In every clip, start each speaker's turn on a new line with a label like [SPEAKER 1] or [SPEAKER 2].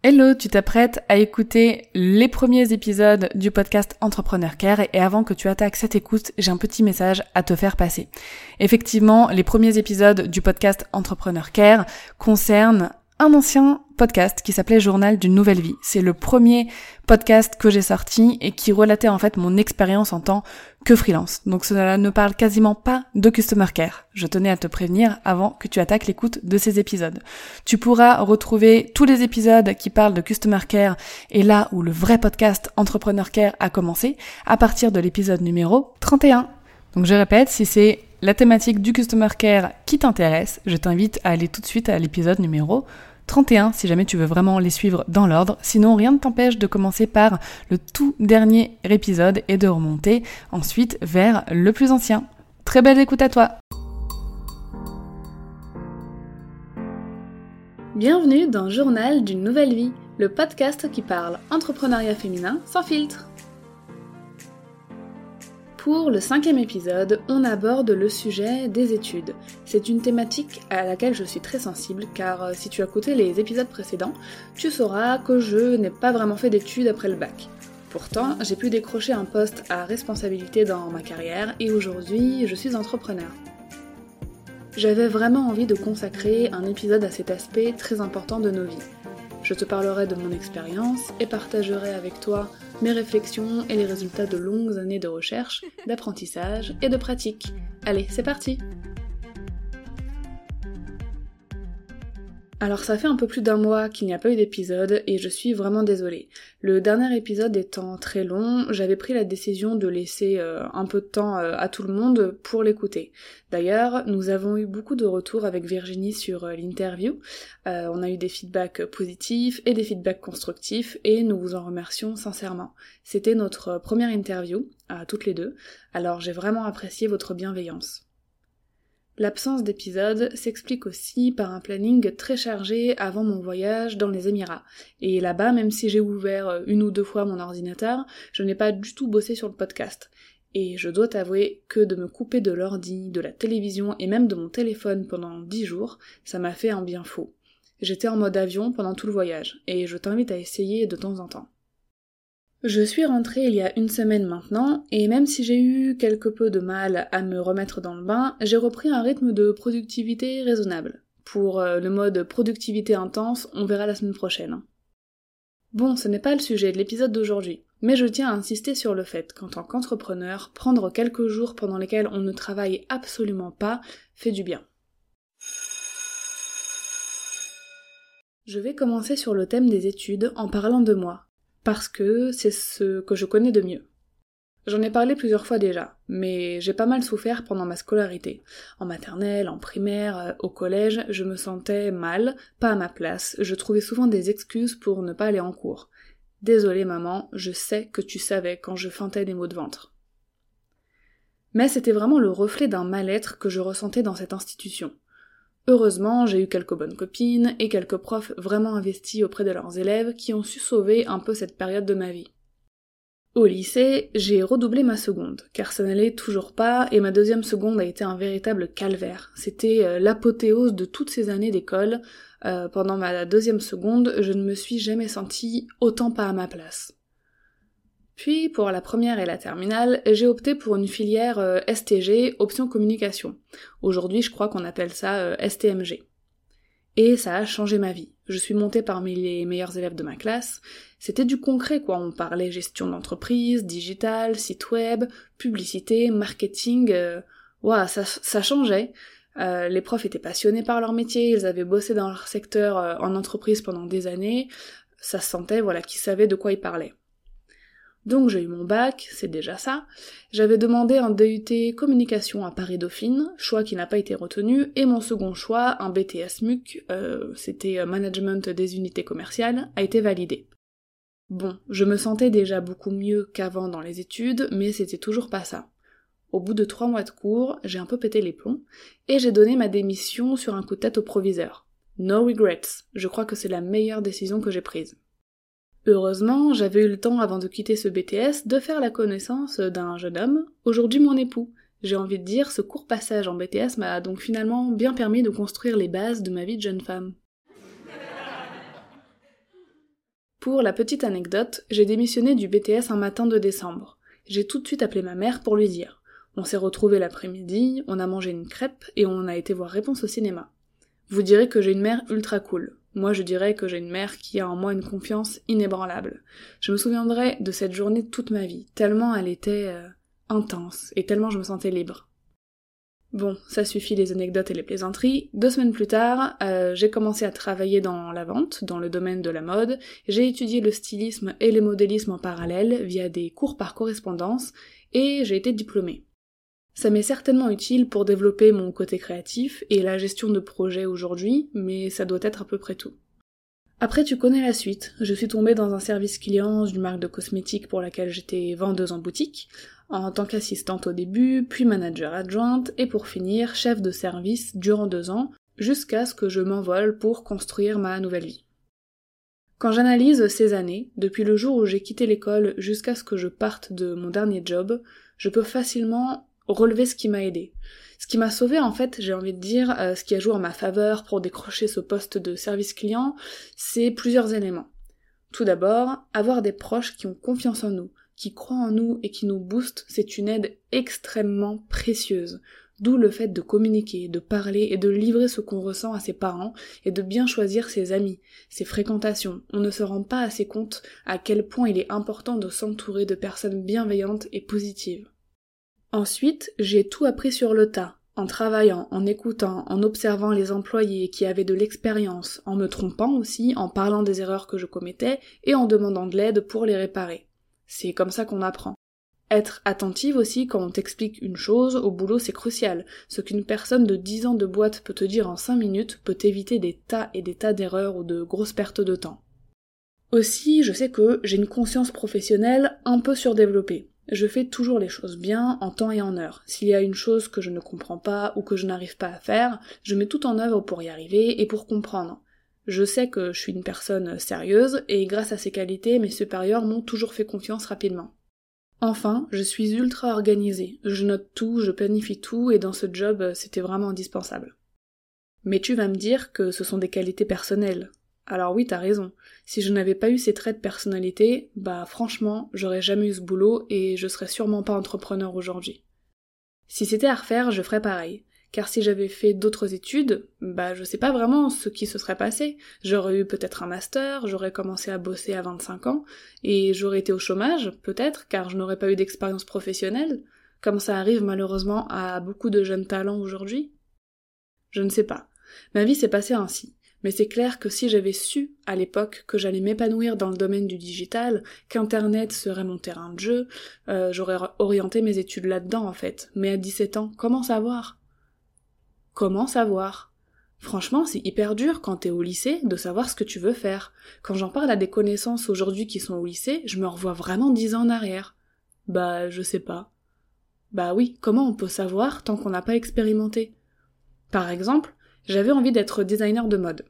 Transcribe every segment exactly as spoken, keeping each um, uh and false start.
[SPEAKER 1] Hello, tu t'apprêtes à écouter les premiers épisodes du podcast Entrepreneur Care et avant que tu attaques cette écoute, j'ai un petit message à te faire passer. Effectivement, les premiers épisodes du podcast Entrepreneur Care concernent un ancien podcast qui s'appelait Journal d'une nouvelle vie. C'est le premier podcast que j'ai sorti et qui relatait en fait mon expérience en tant que freelance. Donc cela ne parle quasiment pas de Customer Care. Je tenais à te prévenir avant que tu attaques l'écoute de ces épisodes. Tu pourras retrouver tous les épisodes qui parlent de Customer Care et là où le vrai podcast Entrepreneur Care a commencé, à partir de l'épisode numéro trente et un. Donc je répète, si c'est la thématique du Customer Care qui t'intéresse, je t'invite à aller tout de suite à l'épisode numéro trente et un si jamais tu veux vraiment les suivre dans l'ordre. Sinon, rien ne t'empêche de commencer par le tout dernier épisode et de remonter ensuite vers le plus ancien. Très belle écoute à toi! Bienvenue dans Journal d'une nouvelle vie, le podcast qui parle entrepreneuriat féminin sans filtre. Pour le cinquième épisode, on aborde le sujet des études. C'est une thématique à laquelle je suis très sensible car si tu as écouté les épisodes précédents, tu sauras que je n'ai pas vraiment fait d'études après le bac. Pourtant, j'ai pu décrocher un poste à responsabilité dans ma carrière et aujourd'hui, je suis entrepreneur. J'avais vraiment envie de consacrer un épisode à cet aspect très important de nos vies. Je te parlerai de mon expérience et partagerai avec toi mes réflexions et les résultats de longues années de recherche, d'apprentissage et de pratique. Allez, c'est parti! Alors ça fait un peu plus d'un mois qu'il n'y a pas eu d'épisode et je suis vraiment désolée. Le dernier épisode étant très long, j'avais pris la décision de laisser euh, un peu de temps euh, à tout le monde pour l'écouter. D'ailleurs, nous avons eu beaucoup de retours avec Virginie sur euh, l'interview. Euh, on a eu des feedbacks positifs et des feedbacks constructifs et nous vous en remercions sincèrement. C'était notre première interview, à toutes les deux, alors j'ai vraiment apprécié votre bienveillance. L'absence d'épisode s'explique aussi par un planning très chargé avant mon voyage dans les Émirats. Et là-bas, même si j'ai ouvert une ou deux fois mon ordinateur, je n'ai pas du tout bossé sur le podcast. Et je dois t'avouer que de me couper de l'ordi, de la télévision et même de mon téléphone pendant dix jours, ça m'a fait un bien fou. J'étais en mode avion pendant tout le voyage, et je t'invite à essayer de temps en temps. Je suis rentrée il y a une semaine maintenant, et même si j'ai eu quelque peu de mal à me remettre dans le bain, j'ai repris un rythme de productivité raisonnable. Pour euh, le mode productivité intense, on verra la semaine prochaine. Bon, ce n'est pas le sujet de l'épisode d'aujourd'hui, mais je tiens à insister sur le fait qu'en tant qu'entrepreneur, prendre quelques jours pendant lesquels on ne travaille absolument pas fait du bien. Je vais commencer sur le thème des études en parlant de moi. Parce que c'est ce que je connais de mieux. J'en ai parlé plusieurs fois déjà, mais j'ai pas mal souffert pendant ma scolarité. En maternelle, en primaire, au collège, je me sentais mal, pas à ma place, je trouvais souvent des excuses pour ne pas aller en cours. Désolée maman, je sais que tu savais quand je feintais des maux de ventre. Mais c'était vraiment le reflet d'un mal-être que je ressentais dans cette institution. Heureusement, j'ai eu quelques bonnes copines et quelques profs vraiment investis auprès de leurs élèves qui ont su sauver un peu cette période de ma vie. Au lycée, j'ai redoublé ma seconde, car ça n'allait toujours pas et ma deuxième seconde a été un véritable calvaire. C'était euh, l'apothéose de toutes ces années d'école. Euh, pendant ma deuxième seconde, je ne me suis jamais sentie autant pas à ma place. Puis, pour la première et la terminale, j'ai opté pour une filière euh, S T G, option communication. Aujourd'hui, je crois qu'on appelle ça euh, S T M G. Et ça a changé ma vie. Je suis montée parmi les meilleurs élèves de ma classe. C'était du concret, quoi. On parlait gestion d'entreprise, digital, site web, publicité, marketing. Euh... Ouah, ça, ça changeait. Euh, les profs étaient passionnés par leur métier, ils avaient bossé dans leur secteur euh, en entreprise pendant des années. Ça se sentait, voilà, qu'ils savaient de quoi ils parlaient. Donc j'ai eu mon bac, c'est déjà ça. J'avais demandé un D U T communication à Paris-Dauphine, choix qui n'a pas été retenu, et mon second choix, un B T S M U C, euh, c'était management des unités commerciales, a été validé. Bon, je me sentais déjà beaucoup mieux qu'avant dans les études, mais c'était toujours pas ça. Au bout de trois mois de cours, j'ai un peu pété les plombs, et j'ai donné ma démission sur un coup de tête au proviseur. No regrets, je crois que c'est la meilleure décision que j'ai prise. Heureusement, j'avais eu le temps avant de quitter ce B T S de faire la connaissance d'un jeune homme, aujourd'hui mon époux. J'ai envie de dire, ce court passage en B T S m'a donc finalement bien permis de construire les bases de ma vie de jeune femme. Pour la petite anecdote, j'ai démissionné du B T S un matin de décembre. J'ai tout de suite appelé ma mère pour lui dire. On s'est retrouvés l'après-midi, on a mangé une crêpe et on a été voir Réponse au cinéma. Vous direz que j'ai une mère ultra cool. Moi je dirais que j'ai une mère qui a en moi une confiance inébranlable. Je me souviendrai de cette journée toute ma vie, tellement elle était euh, intense et tellement je me sentais libre. Bon, ça suffit les anecdotes et les plaisanteries. Deux semaines plus tard, euh, j'ai commencé à travailler dans la vente, dans le domaine de la mode. J'ai étudié le stylisme et le modélisme en parallèle via des cours par correspondance et j'ai été diplômée. Ça m'est certainement utile pour développer mon côté créatif et la gestion de projets aujourd'hui, mais ça doit être à peu près tout. Après tu connais la suite, je suis tombée dans un service client d'une marque de cosmétiques pour laquelle j'étais vendeuse en boutique, en tant qu'assistante au début, puis manager adjointe, et pour finir, chef de service durant deux ans, jusqu'à ce que je m'envole pour construire ma nouvelle vie. Quand j'analyse ces années, depuis le jour où j'ai quitté l'école jusqu'à ce que je parte de mon dernier job, je peux facilement relever ce qui m'a aidé. Ce qui m'a sauvé, en fait, j'ai envie de dire, euh, ce qui a joué en ma faveur pour décrocher ce poste de service client, c'est plusieurs éléments. Tout d'abord, avoir des proches qui ont confiance en nous, qui croient en nous et qui nous boostent, c'est une aide extrêmement précieuse. D'où le fait de communiquer, de parler et de livrer ce qu'on ressent à ses parents et de bien choisir ses amis, ses fréquentations. On ne se rend pas assez compte à quel point il est important de s'entourer de personnes bienveillantes et positives. Ensuite, j'ai tout appris sur le tas, en travaillant, en écoutant, en observant les employés qui avaient de l'expérience, en me trompant aussi, en parlant des erreurs que je commettais et en demandant de l'aide pour les réparer. C'est comme ça qu'on apprend. Être attentive aussi quand on t'explique une chose, au boulot c'est crucial. Ce qu'une personne de dix ans de boîte peut te dire en cinq minutes peut éviter des tas et des tas d'erreurs ou de grosses pertes de temps. Aussi, je sais que j'ai une conscience professionnelle un peu surdéveloppée. Je fais toujours les choses bien, en temps et en heure. S'il y a une chose que je ne comprends pas ou que je n'arrive pas à faire, je mets tout en œuvre pour y arriver et pour comprendre. Je sais que je suis une personne sérieuse et grâce à ces qualités, mes supérieurs m'ont toujours fait confiance rapidement. Enfin, je suis ultra organisée. Je note tout, je planifie tout et dans ce job, c'était vraiment indispensable. Mais tu vas me dire que ce sont des qualités personnelles. Alors oui, t'as raison. Si je n'avais pas eu ces traits de personnalité, bah franchement, j'aurais jamais eu ce boulot et je serais sûrement pas entrepreneur aujourd'hui. Si c'était à refaire, je ferais pareil. Car si j'avais fait d'autres études, bah je sais pas vraiment ce qui se serait passé. J'aurais eu peut-être un master, j'aurais commencé à bosser à vingt-cinq ans, et j'aurais été au chômage, peut-être, car je n'aurais pas eu d'expérience professionnelle, comme ça arrive malheureusement à beaucoup de jeunes talents aujourd'hui. Je ne sais pas. Ma vie s'est passée ainsi. Mais c'est clair que si j'avais su, à l'époque, que j'allais m'épanouir dans le domaine du digital, qu'Internet serait mon terrain de jeu, euh, j'aurais orienté mes études là-dedans en fait. Mais à dix-sept ans, comment savoir ? Comment savoir ? Franchement, c'est hyper dur quand t'es au lycée de savoir ce que tu veux faire. Quand j'en parle à des connaissances aujourd'hui qui sont au lycée, je me revois vraiment dix ans en arrière. Bah, je sais pas. Bah oui, comment on peut savoir tant qu'on n'a pas expérimenté ? Par exemple, j'avais envie d'être designer de mode.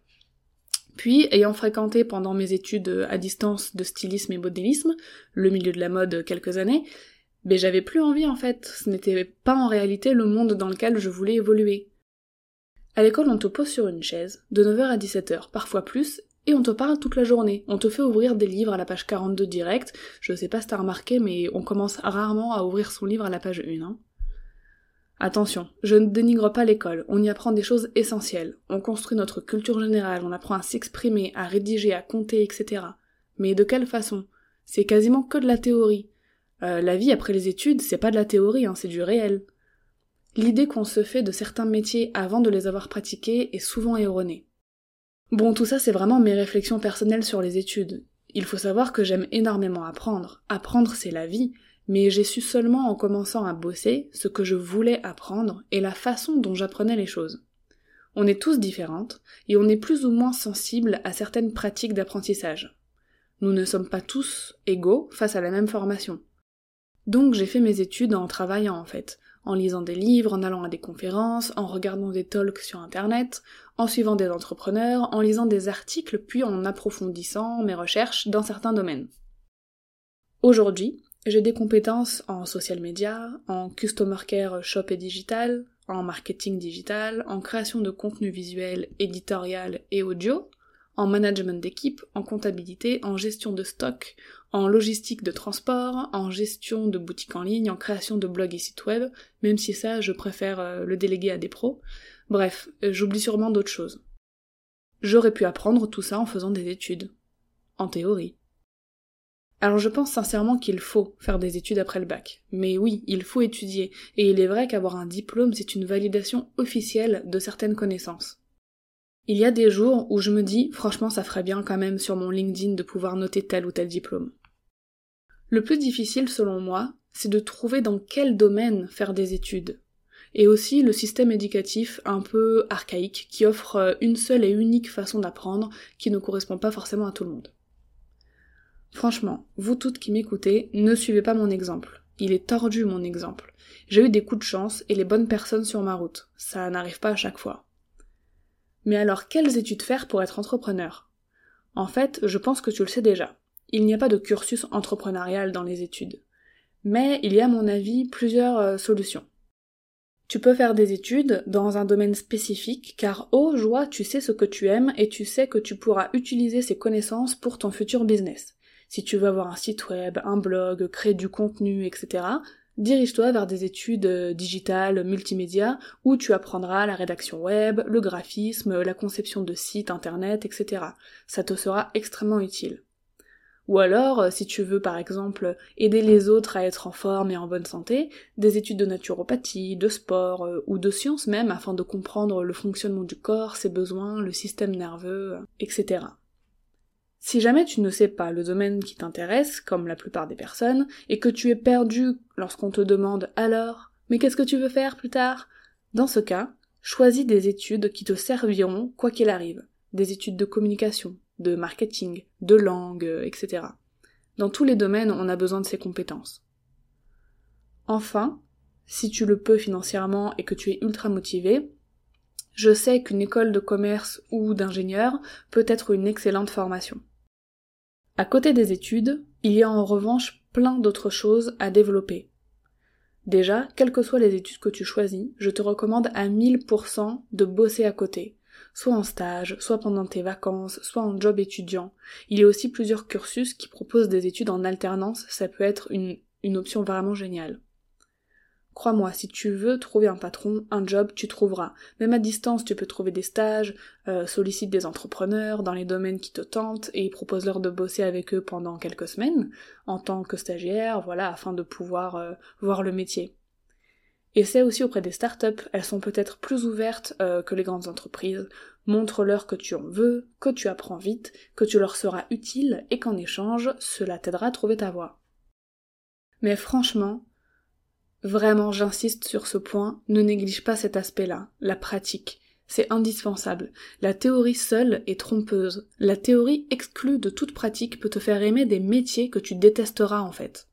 [SPEAKER 1] Puis, ayant fréquenté pendant mes études à distance de stylisme et modélisme, le milieu de la mode quelques années, mais j'avais plus envie en fait, ce n'était pas en réalité le monde dans lequel je voulais évoluer. À l'école, on te pose sur une chaise, de neuf heures à dix-sept heures, parfois plus, et on te parle toute la journée. On te fait ouvrir des livres à la page quarante-deux direct, je sais pas si t'as remarqué, mais on commence rarement à ouvrir son livre à la page un, hein. Attention, je ne dénigre pas l'école, on y apprend des choses essentielles, on construit notre culture générale, on apprend à s'exprimer, à rédiger, à compter, et cetera. Mais de quelle façon ? C'est quasiment que de la théorie. Euh, la vie après les études, c'est pas de la théorie, hein, c'est du réel. L'idée qu'on se fait de certains métiers avant de les avoir pratiqués est souvent erronée. Bon, tout ça c'est vraiment mes réflexions personnelles sur les études. Il faut savoir que j'aime énormément apprendre. Apprendre c'est la vie. Mais j'ai su seulement en commençant à bosser ce que je voulais apprendre et la façon dont j'apprenais les choses. On est tous différentes et on est plus ou moins sensibles à certaines pratiques d'apprentissage. Nous ne sommes pas tous égaux face à la même formation. Donc j'ai fait mes études en travaillant en fait, en lisant des livres, en allant à des conférences, en regardant des talks sur internet, en suivant des entrepreneurs, en lisant des articles puis en approfondissant mes recherches dans certains domaines. Aujourd'hui, j'ai des compétences en social media, en customer care shop et digital, en marketing digital, en création de contenu visuel, éditorial et audio, en management d'équipe, en comptabilité, en gestion de stock, en logistique de transport, en gestion de boutique en ligne, en création de blogs et sites web, même si ça, je préfère euh, le déléguer à des pros. Bref, euh, j'oublie sûrement d'autres choses. J'aurais pu apprendre tout ça en faisant des études. En théorie. Alors je pense sincèrement qu'il faut faire des études après le bac. Mais oui, il faut étudier, et il est vrai qu'avoir un diplôme, c'est une validation officielle de certaines connaissances. Il y a des jours où je me dis, franchement ça ferait bien quand même sur mon LinkedIn de pouvoir noter tel ou tel diplôme. Le plus difficile selon moi, c'est de trouver dans quel domaine faire des études. Et aussi le système éducatif un peu archaïque qui offre une seule et unique façon d'apprendre qui ne correspond pas forcément à tout le monde. Franchement, vous toutes qui m'écoutez, ne suivez pas mon exemple. Il est tordu mon exemple. J'ai eu des coups de chance et les bonnes personnes sur ma route. Ça n'arrive pas à chaque fois. Mais alors, quelles études faire pour être entrepreneur ? En fait, je pense que tu le sais déjà. Il n'y a pas de cursus entrepreneurial dans les études. Mais il y a à mon avis plusieurs euh, solutions. Tu peux faire des études dans un domaine spécifique car oh joie, tu sais ce que tu aimes et tu sais que tu pourras utiliser ces connaissances pour ton futur business. Si tu veux avoir un site web, un blog, créer du contenu, et cetera, dirige-toi vers des études digitales, multimédia, où tu apprendras la rédaction web, le graphisme, la conception de sites internet, et cetera. Ça te sera extrêmement utile. Ou alors, si tu veux par exemple aider les autres à être en forme et en bonne santé, des études de naturopathie, de sport euh, ou de sciences même afin de comprendre le fonctionnement du corps, ses besoins, le système nerveux, et cetera. Si jamais tu ne sais pas le domaine qui t'intéresse, comme la plupart des personnes, et que tu es perdu lorsqu'on te demande « alors, mais qu'est-ce que tu veux faire plus tard ?» Dans ce cas, choisis des études qui te serviront quoi qu'il arrive, des études de communication, de marketing, de langue, et cetera. Dans tous les domaines, on a besoin de ces compétences. Enfin, si tu le peux financièrement et que tu es ultra motivé, je sais qu'une école de commerce ou d'ingénieur peut être une excellente formation. À côté des études, il y a en revanche plein d'autres choses à développer. Déjà, quelles que soient les études que tu choisis, je te recommande à mille pour cent de bosser à côté. Soit en stage, soit pendant tes vacances, soit en job étudiant. Il y a aussi plusieurs cursus qui proposent des études en alternance, ça peut être une, une option vraiment géniale. Crois-moi, si tu veux trouver un patron, un job, tu trouveras. Même à distance, tu peux trouver des stages, euh, sollicite des entrepreneurs dans les domaines qui te tentent et propose-leur de bosser avec eux pendant quelques semaines, en tant que stagiaire, voilà, afin de pouvoir euh, voir le métier. Essaie aussi auprès des startups, elles sont peut-être plus ouvertes euh, que les grandes entreprises. Montre-leur que tu en veux, que tu apprends vite, que tu leur seras utile et qu'en échange, cela t'aidera à trouver ta voie. Mais franchement, vraiment, j'insiste sur ce point, ne néglige pas cet aspect-là, la pratique. C'est indispensable. La théorie seule est trompeuse. La théorie exclue de toute pratique peut te faire aimer des métiers que tu détesteras en fait.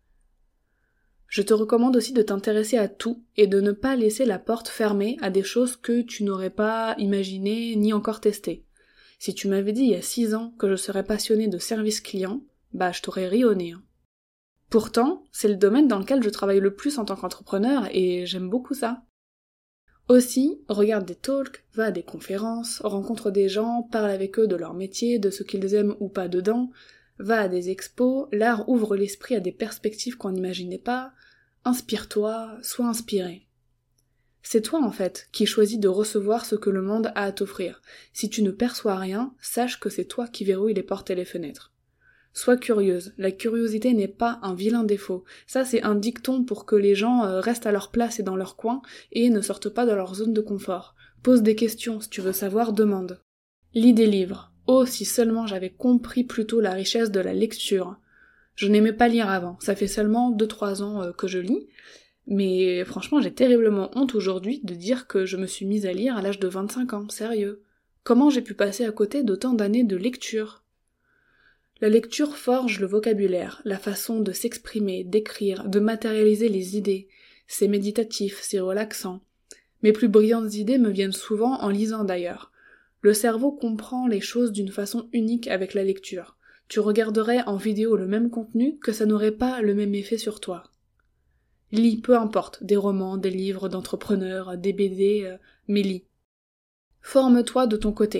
[SPEAKER 1] Je te recommande aussi de t'intéresser à tout et de ne pas laisser la porte fermée à des choses que tu n'aurais pas imaginées ni encore testées. Si tu m'avais dit il y a six ans que je serais passionnée de service client, bah je t'aurais ri au nez. Pourtant, c'est le domaine dans lequel je travaille le plus en tant qu'entrepreneur et j'aime beaucoup ça. Aussi, regarde des talks, va à des conférences, rencontre des gens, parle avec eux de leur métier, de ce qu'ils aiment ou pas dedans, va à des expos, l'art ouvre l'esprit à des perspectives qu'on n'imaginait pas, inspire-toi, sois inspiré. C'est toi en fait qui choisis de recevoir ce que le monde a à t'offrir. Si tu ne perçois rien, sache que c'est toi qui verrouille les portes et les fenêtres. Sois curieuse, la curiosité n'est pas un vilain défaut. Ça c'est un dicton pour que les gens euh, restent à leur place et dans leur coin et ne sortent pas de leur zone de confort. Pose des questions, si tu veux savoir, demande. Lis des livres. Oh, si seulement j'avais compris plus tôt la richesse de la lecture. Je n'aimais pas lire avant, ça fait seulement deux trois ans euh, que je lis, mais franchement j'ai terriblement honte aujourd'hui de dire que je me suis mise à lire à l'âge de vingt-cinq ans, sérieux. Comment j'ai pu passer à côté d'autant d'années de lecture ? La lecture forge le vocabulaire, la façon de s'exprimer, d'écrire, de matérialiser les idées. C'est méditatif, c'est relaxant. Mes plus brillantes idées me viennent souvent en lisant d'ailleurs. Le cerveau comprend les choses d'une façon unique avec la lecture. Tu regarderais en vidéo le même contenu que ça n'aurait pas le même effet sur toi. Lis, peu importe, des romans, des livres d'entrepreneurs, des B D, euh, mais lis. Forme-toi de ton côté.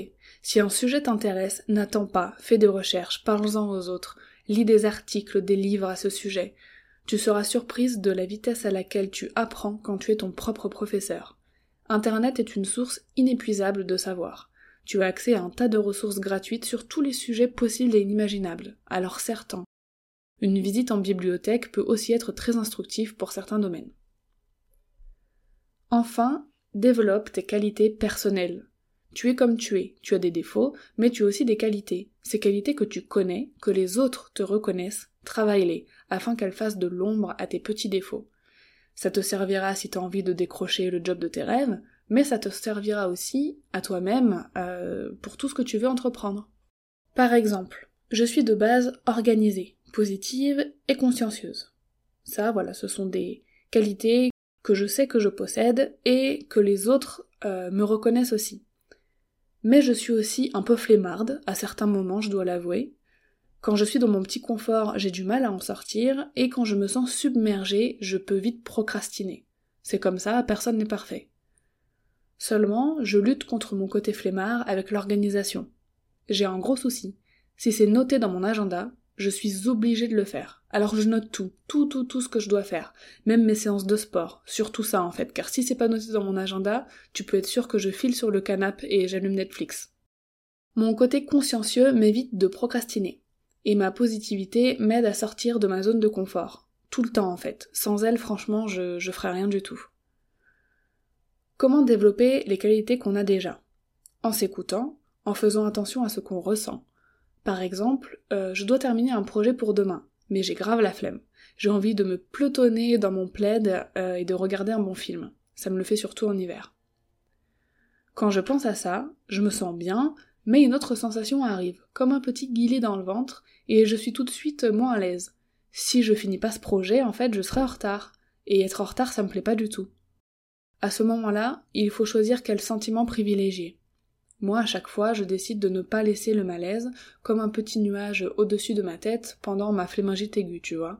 [SPEAKER 1] Si un sujet t'intéresse, n'attends pas, fais des recherches, parle-en aux autres, lis des articles, des livres à ce sujet. Tu seras surprise de la vitesse à laquelle tu apprends quand tu es ton propre professeur. Internet est une source inépuisable de savoir. Tu as accès à un tas de ressources gratuites sur tous les sujets possibles et inimaginables, alors certains. Une visite en bibliothèque peut aussi être très instructive pour certains domaines. Enfin, développe tes qualités personnelles. Tu es comme tu es, tu as des défauts, mais tu as aussi des qualités. Ces qualités que tu connais, que les autres te reconnaissent, travaille-les, afin qu'elles fassent de l'ombre à tes petits défauts. Ça te servira si tu as envie de décrocher le job de tes rêves, mais ça te servira aussi à toi-même euh, pour tout ce que tu veux entreprendre. Par exemple, je suis de base organisée, positive et consciencieuse. Ça, voilà, ce sont des qualités que je sais que je possède et que les autres euh, me reconnaissent aussi. Mais je suis aussi un peu flemmarde, à certains moments, je dois l'avouer. Quand je suis dans mon petit confort, j'ai du mal à en sortir, et quand je me sens submergée, je peux vite procrastiner. C'est comme ça, personne n'est parfait. Seulement, je lutte contre mon côté flemmard avec l'organisation. J'ai un gros souci. Si c'est noté dans mon agenda, je suis obligée de le faire. Alors je note tout, tout, tout, tout ce que je dois faire. Même mes séances de sport, surtout ça en fait, car si c'est pas noté dans mon agenda, tu peux être sûr que je file sur le canapé et j'allume Netflix. Mon côté consciencieux m'évite de procrastiner. Et ma positivité m'aide à sortir de ma zone de confort. Tout le temps en fait. Sans elle, franchement, je, je ferais rien du tout. Comment développer les qualités qu'on a déjà ? En s'écoutant, en faisant attention à ce qu'on ressent. Par exemple, euh, je dois terminer un projet pour demain, mais j'ai grave la flemme. J'ai envie de me pelotonner dans mon plaid euh, et de regarder un bon film. Ça me le fait surtout en hiver. Quand je pense à ça, je me sens bien, mais une autre sensation arrive, comme un petit guillet dans le ventre, et je suis tout de suite moins à l'aise. Si je finis pas ce projet, en fait, je serai en retard. Et être en retard, ça me plaît pas du tout. À ce moment-là, il faut choisir quel sentiment privilégier. Moi, à chaque fois, je décide de ne pas laisser le malaise comme un petit nuage au-dessus de ma tête pendant ma phlémingite aiguë, tu vois.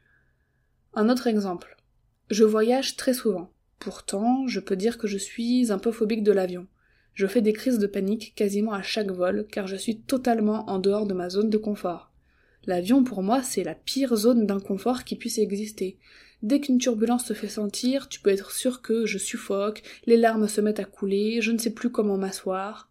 [SPEAKER 1] Un autre exemple. Je voyage très souvent. Pourtant, je peux dire que je suis un peu phobique de l'avion. Je fais des crises de panique quasiment à chaque vol, car je suis totalement en dehors de ma zone de confort. L'avion, pour moi, c'est la pire zone d'inconfort qui puisse exister. Dès qu'une turbulence se fait sentir, tu peux être sûr que je suffoque, les larmes se mettent à couler, je ne sais plus comment m'asseoir.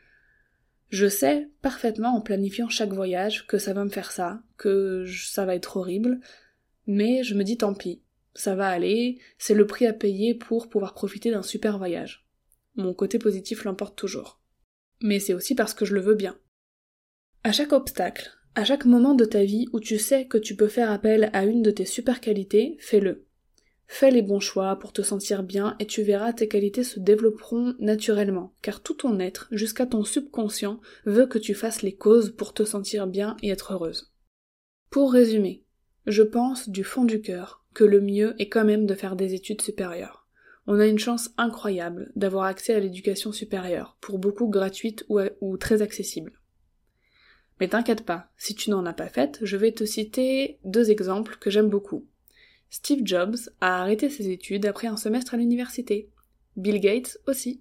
[SPEAKER 1] Je sais parfaitement en planifiant chaque voyage que ça va me faire ça, que ça va être horrible, mais je me dis tant pis, ça va aller, c'est le prix à payer pour pouvoir profiter d'un super voyage. Mon côté positif l'emporte toujours. Mais c'est aussi parce que je le veux bien. À chaque obstacle, à chaque moment de ta vie où tu sais que tu peux faire appel à une de tes super qualités, fais-le. Fais les bons choix pour te sentir bien et tu verras tes qualités se développeront naturellement, car tout ton être, jusqu'à ton subconscient, veut que tu fasses les causes pour te sentir bien et être heureuse. Pour résumer, je pense du fond du cœur que le mieux est quand même de faire des études supérieures. On a une chance incroyable d'avoir accès à l'éducation supérieure, pour beaucoup gratuite ou, ou très accessible. Mais t'inquiète pas, si tu n'en as pas faite, je vais te citer deux exemples que j'aime beaucoup. Steve Jobs a arrêté ses études après un semestre à l'université. Bill Gates aussi.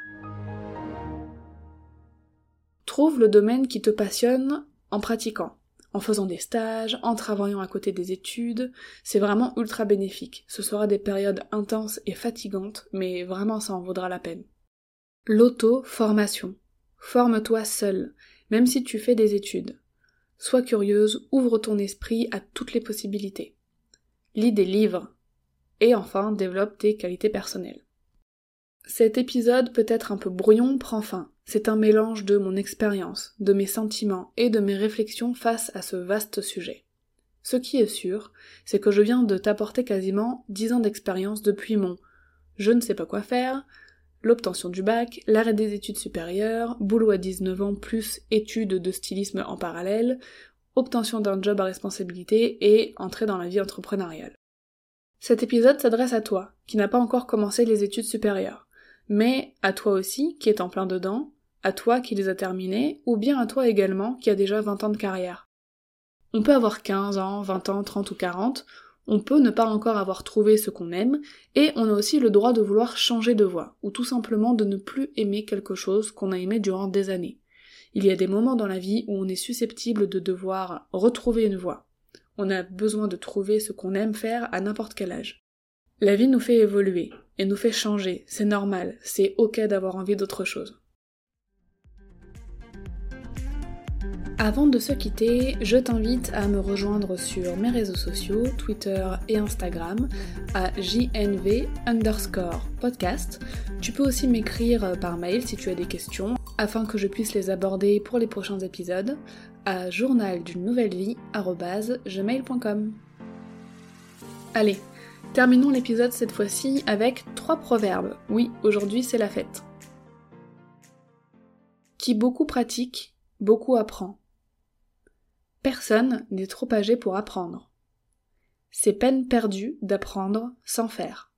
[SPEAKER 1] Trouve le domaine qui te passionne en pratiquant, en faisant des stages, en travaillant à côté des études. C'est vraiment ultra bénéfique. Ce sera des périodes intenses et fatigantes, mais vraiment ça en vaudra la peine. L'auto-formation. Forme-toi seul, même si tu fais des études. Sois curieuse, ouvre ton esprit à toutes les possibilités. Lis des livres. Et enfin, développe tes qualités personnelles. Cet épisode, peut-être un peu brouillon, prend fin. C'est un mélange de mon expérience, de mes sentiments et de mes réflexions face à ce vaste sujet. Ce qui est sûr, c'est que je viens de t'apporter quasiment dix ans d'expérience depuis mon « je ne sais pas quoi faire », l'obtention du bac, l'arrêt des études supérieures, boulot à dix-neuf ans plus études de stylisme en parallèle, obtention d'un job à responsabilité et entrée dans la vie entrepreneuriale. Cet épisode s'adresse à toi, qui n'a pas encore commencé les études supérieures, mais à toi aussi, qui est en plein dedans, à toi qui les a terminées, ou bien à toi également, qui a déjà vingt ans de carrière. On peut avoir quinze ans, vingt ans, trente ou quarante, on peut ne pas encore avoir trouvé ce qu'on aime, et on a aussi le droit de vouloir changer de voie, ou tout simplement de ne plus aimer quelque chose qu'on a aimé durant des années. Il y a des moments dans la vie où on est susceptible de devoir retrouver une voie. On a besoin de trouver ce qu'on aime faire à n'importe quel âge. La vie nous fait évoluer, et nous fait changer, c'est normal, c'est ok d'avoir envie d'autre chose. Avant de se quitter, je t'invite à me rejoindre sur mes réseaux sociaux, Twitter et Instagram, à jnv underscore podcast. Tu peux aussi m'écrire par mail si tu as des questions, afin que je puisse les aborder pour les prochains épisodes, à journal d'une nouvelle vie arobase gmail point com. Allez, terminons l'épisode cette fois-ci avec trois proverbes. Oui, aujourd'hui c'est la fête. Qui beaucoup pratique, beaucoup apprend. Personne n'est trop âgé pour apprendre. C'est peine perdue d'apprendre sans faire.